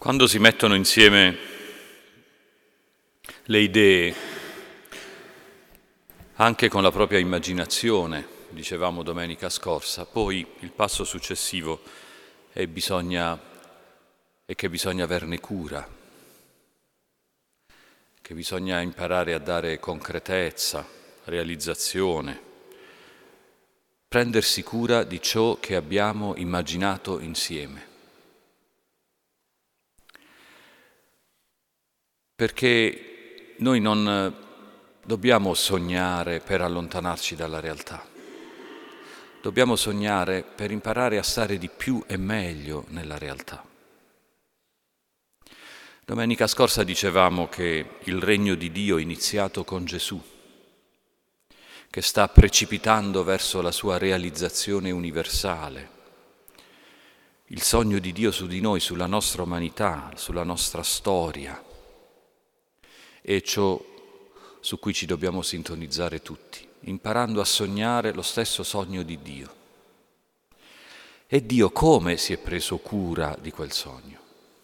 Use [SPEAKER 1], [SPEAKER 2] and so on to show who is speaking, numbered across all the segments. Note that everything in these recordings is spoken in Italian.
[SPEAKER 1] Quando si mettono insieme le idee, anche con la propria immaginazione, dicevamo domenica scorsa, poi il passo successivo è che bisogna averne cura, che bisogna imparare a dare concretezza, realizzazione, prendersi cura di ciò che abbiamo immaginato insieme. Perché noi non dobbiamo sognare per allontanarci dalla realtà, dobbiamo sognare per imparare a stare di più e meglio nella realtà. Domenica scorsa dicevamo che il regno di Dio è iniziato con Gesù, che sta precipitando verso la sua realizzazione universale. Il sogno di Dio su di noi, sulla nostra umanità, sulla nostra storia, è ciò su cui ci dobbiamo sintonizzare tutti, imparando a sognare lo stesso sogno di Dio. E Dio come si è preso cura di quel sogno?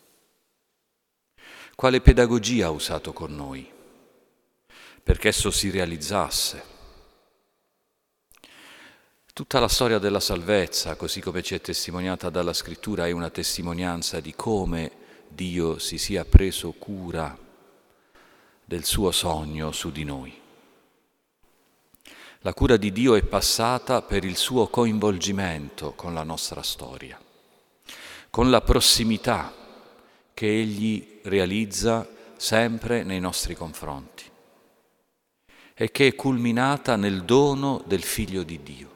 [SPEAKER 1] Quale pedagogia ha usato con noi perché esso si realizzasse? Tutta la storia della salvezza, così come ci è testimoniata dalla Scrittura, è una testimonianza di come Dio si sia preso cura del suo sogno su di noi. La cura di Dio è passata per il suo coinvolgimento con la nostra storia, con la prossimità che Egli realizza sempre nei nostri confronti e che è culminata nel dono del Figlio di Dio.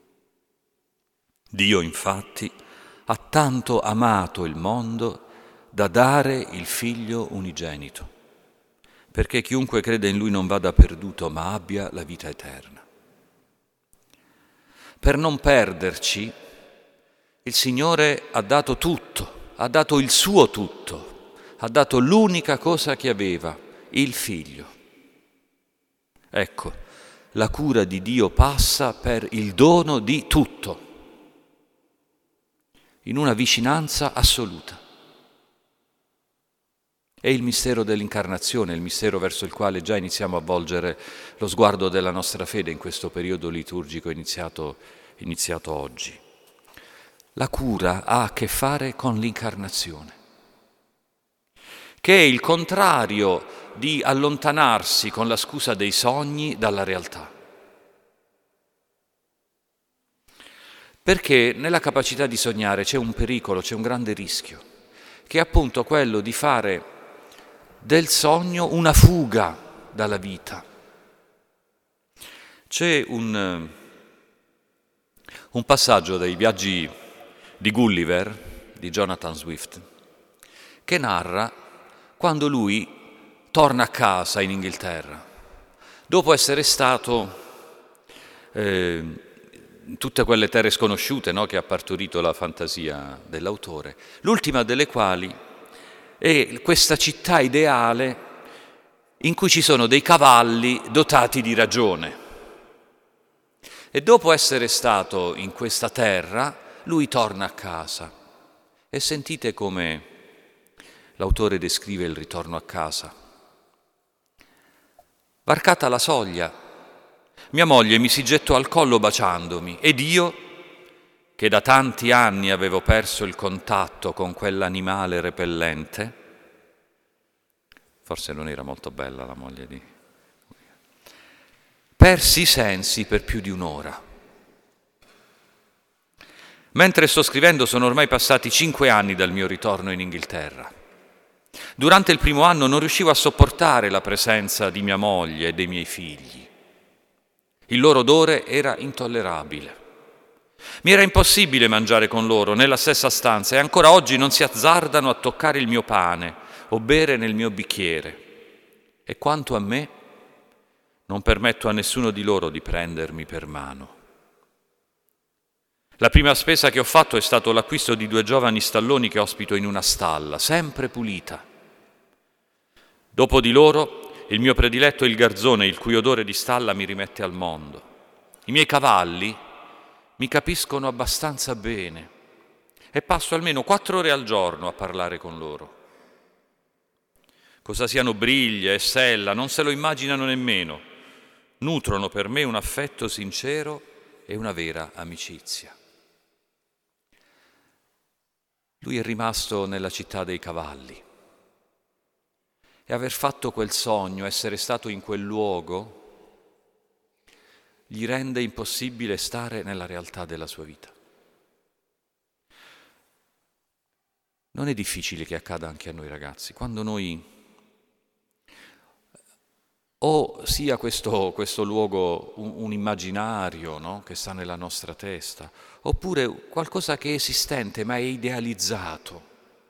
[SPEAKER 1] Dio, infatti, ha tanto amato il mondo da dare il Figlio unigenito, perché chiunque crede in Lui non vada perduto, ma abbia la vita eterna. Per non perderci, il Signore ha dato tutto, ha dato il suo tutto, ha dato l'unica cosa che aveva, il Figlio. Ecco, la cura di Dio passa per il dono di tutto, in una vicinanza assoluta. È il mistero dell'incarnazione, il mistero verso il quale già iniziamo a volgere lo sguardo della nostra fede in questo periodo liturgico iniziato oggi. La cura ha a che fare con l'incarnazione, che è il contrario di allontanarsi con la scusa dei sogni dalla realtà. Perché nella capacità di sognare c'è un pericolo, c'è un grande rischio, che è appunto quello di fare del sogno una fuga dalla vita. C'è un passaggio dei viaggi di Gulliver, di Jonathan Swift, che narra quando lui torna a casa in Inghilterra, dopo essere stato in tutte quelle terre sconosciute, no, che ha partorito la fantasia dell'autore, l'ultima delle quali è questa città ideale in cui ci sono dei cavalli dotati di ragione. E dopo essere stato in questa terra, lui torna a casa. E sentite come l'autore descrive il ritorno a casa. Varcata la soglia, mia moglie mi si gettò al collo baciandomi ed io, che da tanti anni avevo perso il contatto con quell'animale repellente, forse non era molto bella la moglie di... persi i sensi per più di un'ora. Mentre sto scrivendo sono ormai passati 5 anni dal mio ritorno in Inghilterra. Durante il primo anno non riuscivo a sopportare la presenza di mia moglie e dei miei figli. Il loro odore era intollerabile. Mi era impossibile mangiare con loro nella stessa stanza e ancora oggi non si azzardano a toccare il mio pane o bere nel mio bicchiere. E quanto a me, non permetto a nessuno di loro di prendermi per mano. La prima spesa che ho fatto è stato l'acquisto di 2 giovani stalloni che ospito in una stalla, sempre pulita. Dopo di loro, il mio prediletto è il garzone, il cui odore di stalla mi rimette al mondo. I miei cavalli mi capiscono abbastanza bene e passo almeno 4 ore al giorno a parlare con loro. cosa siano Briglia e Sella, non se lo immaginano nemmeno. Nutrono per me un affetto sincero e una vera amicizia. Lui è rimasto nella città dei cavalli e aver fatto quel sogno, essere stato in quel luogo, gli rende impossibile stare nella realtà della sua vita. Non è difficile che accada anche a noi ragazzi, quando noi o sia questo luogo un immaginario, no? Che sta nella nostra testa, oppure qualcosa che è esistente ma è idealizzato.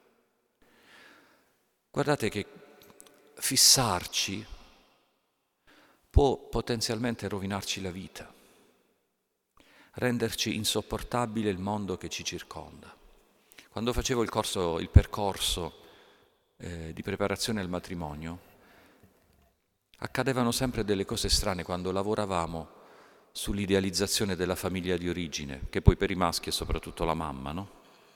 [SPEAKER 1] Guardate che fissarci può potenzialmente rovinarci la vita, renderci insopportabile il mondo che ci circonda. Quando facevo il percorso di preparazione al matrimonio, accadevano sempre delle cose strane quando lavoravamo sull'idealizzazione della famiglia di origine, che poi per i maschi è soprattutto la mamma, no?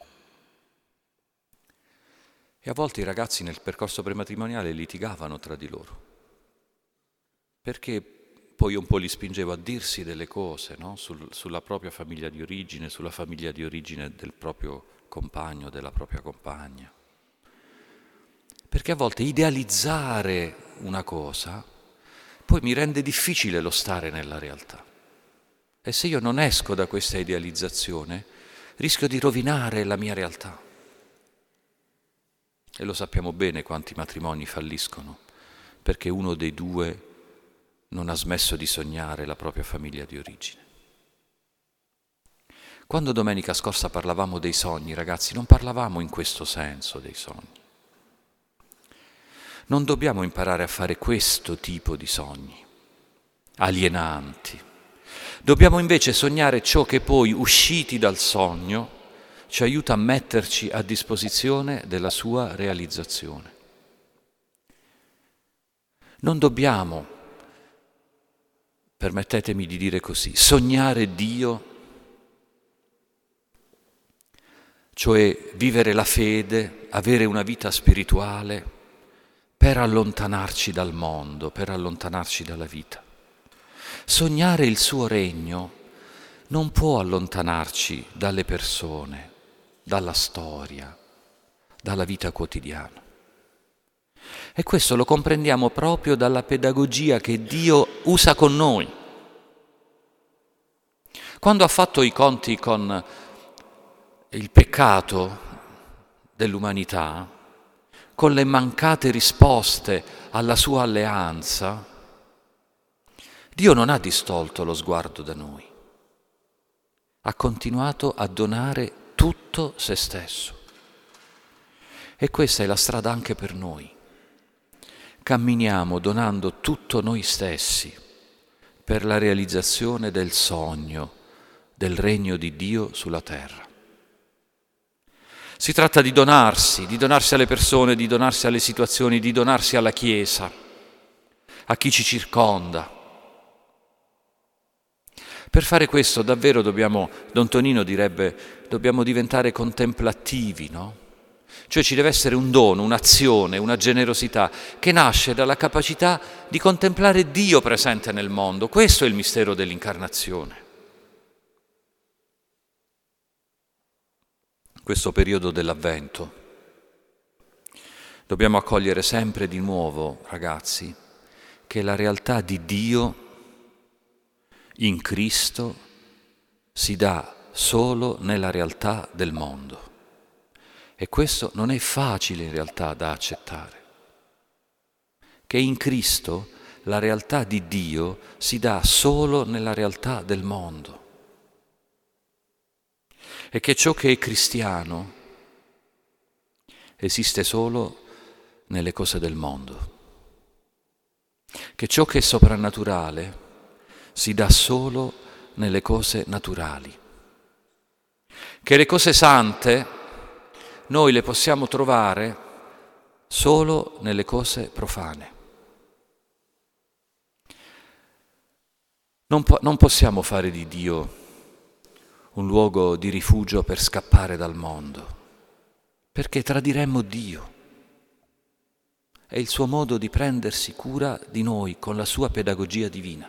[SPEAKER 1] E a volte i ragazzi nel percorso prematrimoniale litigavano tra di loro, perché poi un po' li spingevo a dirsi delle cose, no? Sulla propria famiglia di origine, sulla famiglia di origine del proprio compagno, della propria compagna. Perché a volte idealizzare una cosa poi mi rende difficile lo stare nella realtà. E se io non esco da questa idealizzazione, rischio di rovinare la mia realtà. E lo sappiamo bene quanti matrimoni falliscono, perché uno dei due non ha smesso di sognare la propria famiglia di origine. Quando domenica scorsa parlavamo dei sogni, ragazzi, non parlavamo in questo senso dei sogni. Non dobbiamo imparare a fare questo tipo di sogni, alienanti. Dobbiamo invece sognare ciò che poi, usciti dal sogno, ci aiuta a metterci a disposizione della sua realizzazione. Non dobbiamo, permettetemi di dire così, sognare Dio, cioè vivere la fede, avere una vita spirituale, per allontanarci dal mondo, per allontanarci dalla vita. Sognare il suo regno non può allontanarci dalle persone, dalla storia, dalla vita quotidiana. E questo lo comprendiamo proprio dalla pedagogia che Dio usa con noi. Quando ha fatto i conti con il peccato dell'umanità, con le mancate risposte alla sua alleanza, Dio non ha distolto lo sguardo da noi, ha continuato a donare tutto se stesso. E questa è la strada anche per noi. Camminiamo donando tutto noi stessi per la realizzazione del sogno del regno di Dio sulla terra. Si tratta di donarsi alle persone, di donarsi alle situazioni, di donarsi alla Chiesa, a chi ci circonda. Per fare questo davvero Don Tonino direbbe, dobbiamo diventare contemplativi, no? Cioè ci deve essere un dono, un'azione, una generosità che nasce dalla capacità di contemplare Dio presente nel mondo. Questo è il mistero dell'incarnazione. Questo periodo dell'Avvento dobbiamo accogliere sempre di nuovo, ragazzi, che la realtà di Dio in Cristo si dà solo nella realtà del mondo. E questo non è facile in realtà da accettare. Che in Cristo la realtà di Dio si dà solo nella realtà del mondo. E che ciò che è cristiano esiste solo nelle cose del mondo. Che ciò che è soprannaturale si dà solo nelle cose naturali. Che le cose sante noi le possiamo trovare solo nelle cose profane. Non possiamo fare di Dio un luogo di rifugio per scappare dal mondo, perché tradiremmo Dio. è il suo modo di prendersi cura di noi con la sua pedagogia divina.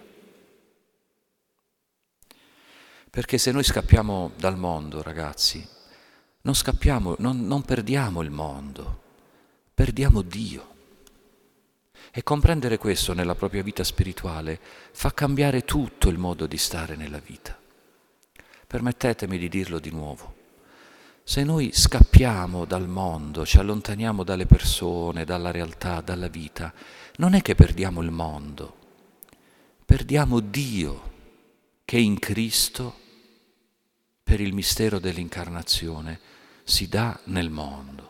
[SPEAKER 1] Perché se noi scappiamo dal mondo, ragazzi, non perdiamo il mondo, perdiamo Dio. E comprendere questo nella propria vita spirituale fa cambiare tutto il modo di stare nella vita. Permettetemi di dirlo di nuovo. Se noi scappiamo dal mondo, ci allontaniamo dalle persone, dalla realtà, dalla vita, non è che perdiamo il mondo, perdiamo Dio che in Cristo, per il mistero dell'incarnazione, si dà nel mondo.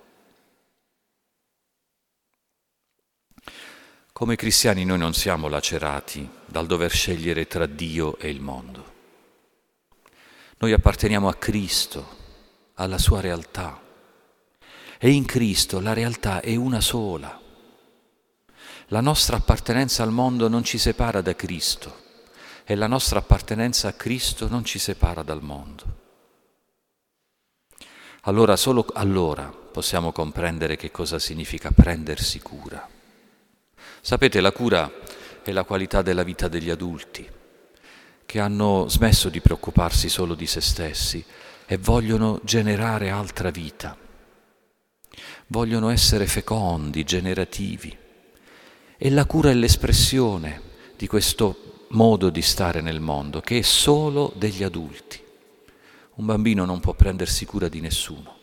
[SPEAKER 1] Come cristiani noi non siamo lacerati dal dover scegliere tra Dio e il mondo. Noi apparteniamo a Cristo, alla sua realtà. E in Cristo la realtà è una sola. La nostra appartenenza al mondo non ci separa da Cristo e la nostra appartenenza a Cristo non ci separa dal mondo. Allora, solo allora possiamo comprendere che cosa significa prendersi cura. Sapete, la cura è la qualità della vita degli adulti, che hanno smesso di preoccuparsi solo di se stessi e vogliono generare altra vita. Vogliono essere fecondi, generativi. E la cura è l'espressione di questo modo di stare nel mondo, che è solo degli adulti. Un bambino non può prendersi cura di nessuno.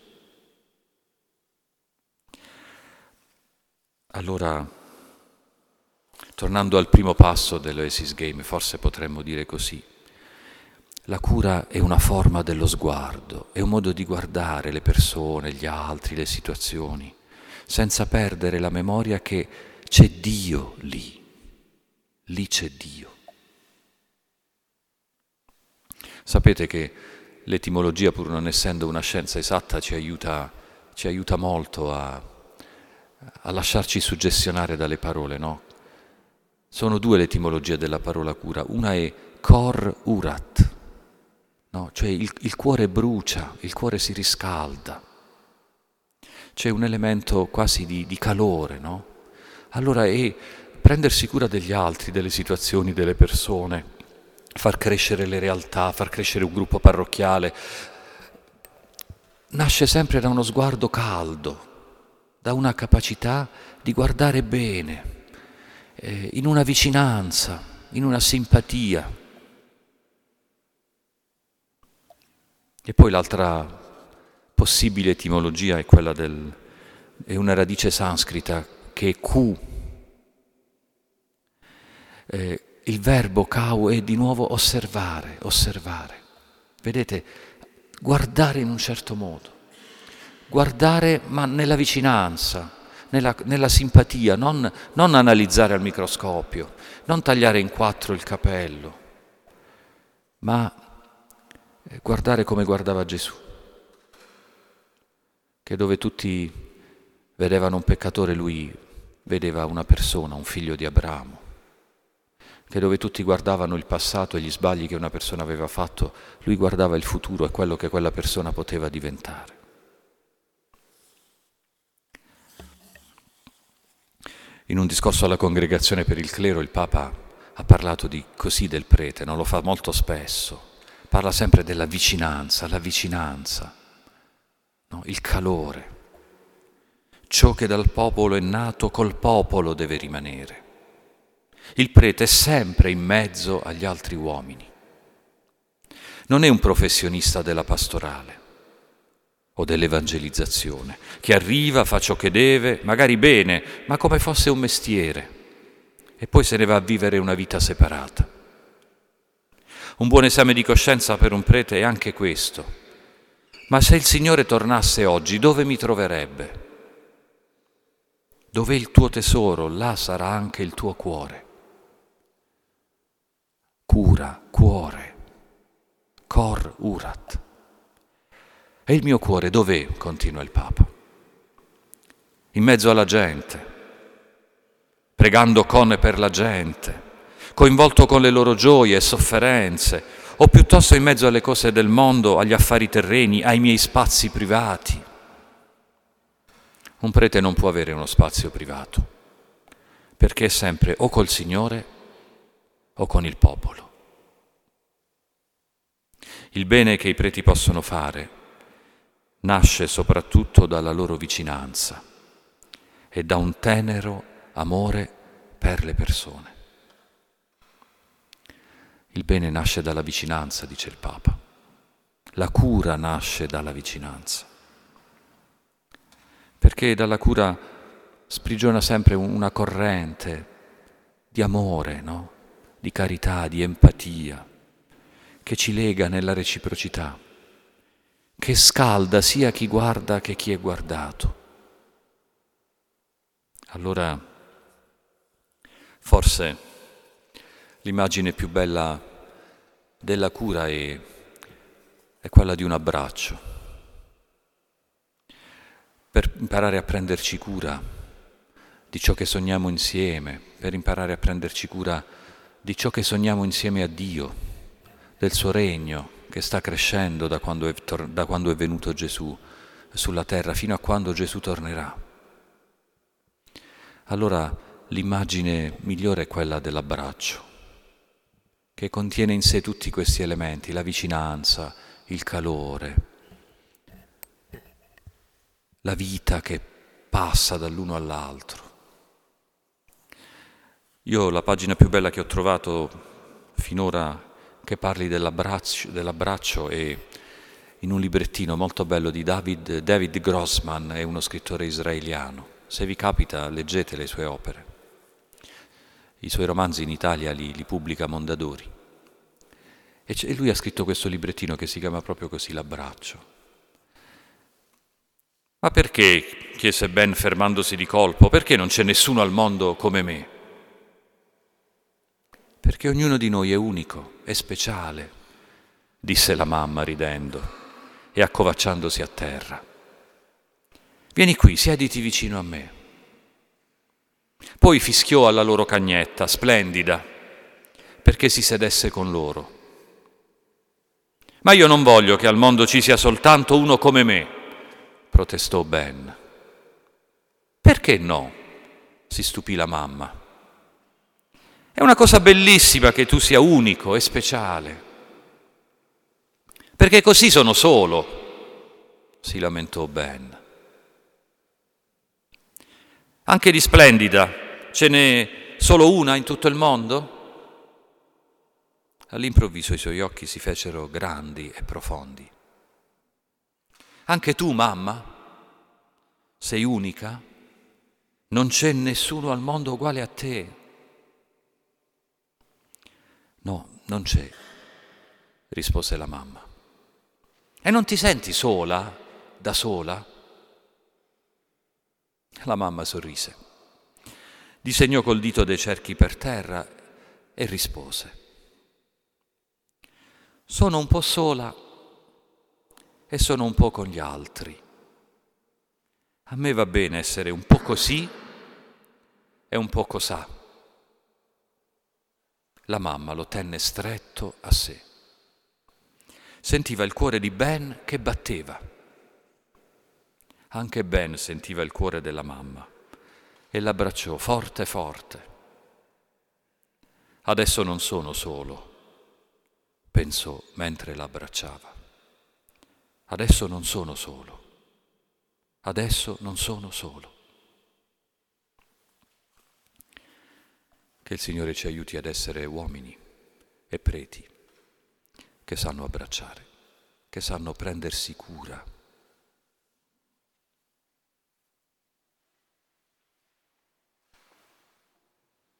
[SPEAKER 1] Allora, tornando al primo passo dell'Oasis Game, forse potremmo dire così. La cura è una forma dello sguardo, è un modo di guardare le persone, gli altri, le situazioni, senza perdere la memoria che c'è Dio lì c'è Dio. Sapete che l'etimologia, pur non essendo una scienza esatta, ci aiuta molto a lasciarci suggestionare dalle parole, no? Sono due le etimologie della parola cura. Una è cor urat, no? Cioè il cuore brucia, il cuore si riscalda. C'è un elemento quasi di calore, no? Allora è prendersi cura degli altri, delle situazioni, delle persone, far crescere le realtà, far crescere un gruppo parrocchiale. Nasce sempre da uno sguardo caldo, da una capacità di guardare bene, in una vicinanza, in una simpatia. E poi l'altra possibile etimologia è quella è una radice sanscrita che è ku. Il verbo kau è di nuovo osservare. Vedete, guardare in un certo modo, guardare ma nella vicinanza, nella simpatia, non analizzare al microscopio, non tagliare in quattro il capello, ma guardare come guardava Gesù, che dove tutti vedevano un peccatore, lui vedeva una persona, un figlio di Abramo, che dove tutti guardavano il passato e gli sbagli che una persona aveva fatto, lui guardava il futuro e quello che quella persona poteva diventare. In un discorso alla congregazione per il clero il Papa ha parlato così del prete, non lo fa molto spesso, parla sempre della vicinanza, la vicinanza, no? Il calore. Ciò che dal popolo è nato col popolo deve rimanere. Il prete è sempre in mezzo agli altri uomini. Non è un professionista della pastorale o dell'evangelizzazione, che arriva, fa ciò che deve, magari bene, ma come fosse un mestiere, e poi se ne va a vivere una vita separata. Un buon esame di coscienza per un prete è anche questo. Ma se il Signore tornasse oggi, dove mi troverebbe? Dov'è il tuo tesoro, là sarà anche il tuo cuore. Cura, cuore, cor urat. E il mio cuore dov'è? Continua il Papa. In mezzo alla gente, pregando con e per la gente, coinvolto con le loro gioie e sofferenze, o piuttosto in mezzo alle cose del mondo, agli affari terreni, ai miei spazi privati. Un prete non può avere uno spazio privato. perché è sempre o col Signore o con il popolo. Il bene che i preti possono fare nasce soprattutto dalla loro vicinanza e da un tenero amore per le persone. Il bene nasce dalla vicinanza, dice il Papa. La cura nasce dalla vicinanza, perché dalla cura sprigiona sempre una corrente di amore, no? Di carità, di empatia, che ci lega nella reciprocità, che scalda sia chi guarda che chi è guardato. Allora, forse l'immagine più bella della cura è quella di un abbraccio, per imparare a prenderci cura di ciò che sogniamo insieme, per imparare a prenderci cura di ciò che sogniamo insieme a Dio, del suo regno che sta crescendo da quando è venuto Gesù sulla terra fino a quando Gesù tornerà. Allora l'immagine migliore è quella dell'abbraccio, che contiene in sé tutti questi elementi, la vicinanza, il calore, la vita che passa dall'uno all'altro. Io la pagina più bella che ho trovato finora che parli dell'abbraccio è in un librettino molto bello di David Grossman, è uno scrittore israeliano. Se vi capita, leggete le sue opere. I suoi romanzi in Italia li pubblica Mondadori. E lui ha scritto questo librettino che si chiama proprio così, L'abbraccio. Ma perché, chiese Ben fermandosi di colpo, perché non c'è nessuno al mondo come me? Perché ognuno di noi è unico, è speciale, disse la mamma ridendo e accovacciandosi a terra. Vieni qui, siediti vicino a me. Poi fischiò alla loro cagnetta, splendida, perché si sedesse con loro. Ma io non voglio che al mondo ci sia soltanto uno come me, protestò Ben. Perché no? Si stupì la mamma. È una cosa bellissima che tu sia unico e speciale. Perché così sono solo, si lamentò Ben. Anche di splendida, ce n'è solo una in tutto il mondo? All'improvviso i suoi occhi si fecero grandi e profondi. Anche tu, mamma, sei unica? Non c'è nessuno al mondo uguale a te? No, non c'è, rispose la mamma. E non ti senti sola, da sola? La mamma sorrise, disegnò col dito dei cerchi per terra e rispose. Sono un po' sola e sono un po' con gli altri. A me va bene essere un po' così e un po' cosà. La mamma lo tenne stretto a sé. Sentiva il cuore di Ben che batteva. Anche Ben sentiva il cuore della mamma e l'abbracciò forte forte. Adesso non sono solo, pensò mentre l'abbracciava. Adesso non sono solo. Adesso non sono solo. Che il Signore ci aiuti ad essere uomini e preti che sanno abbracciare, che sanno prendersi cura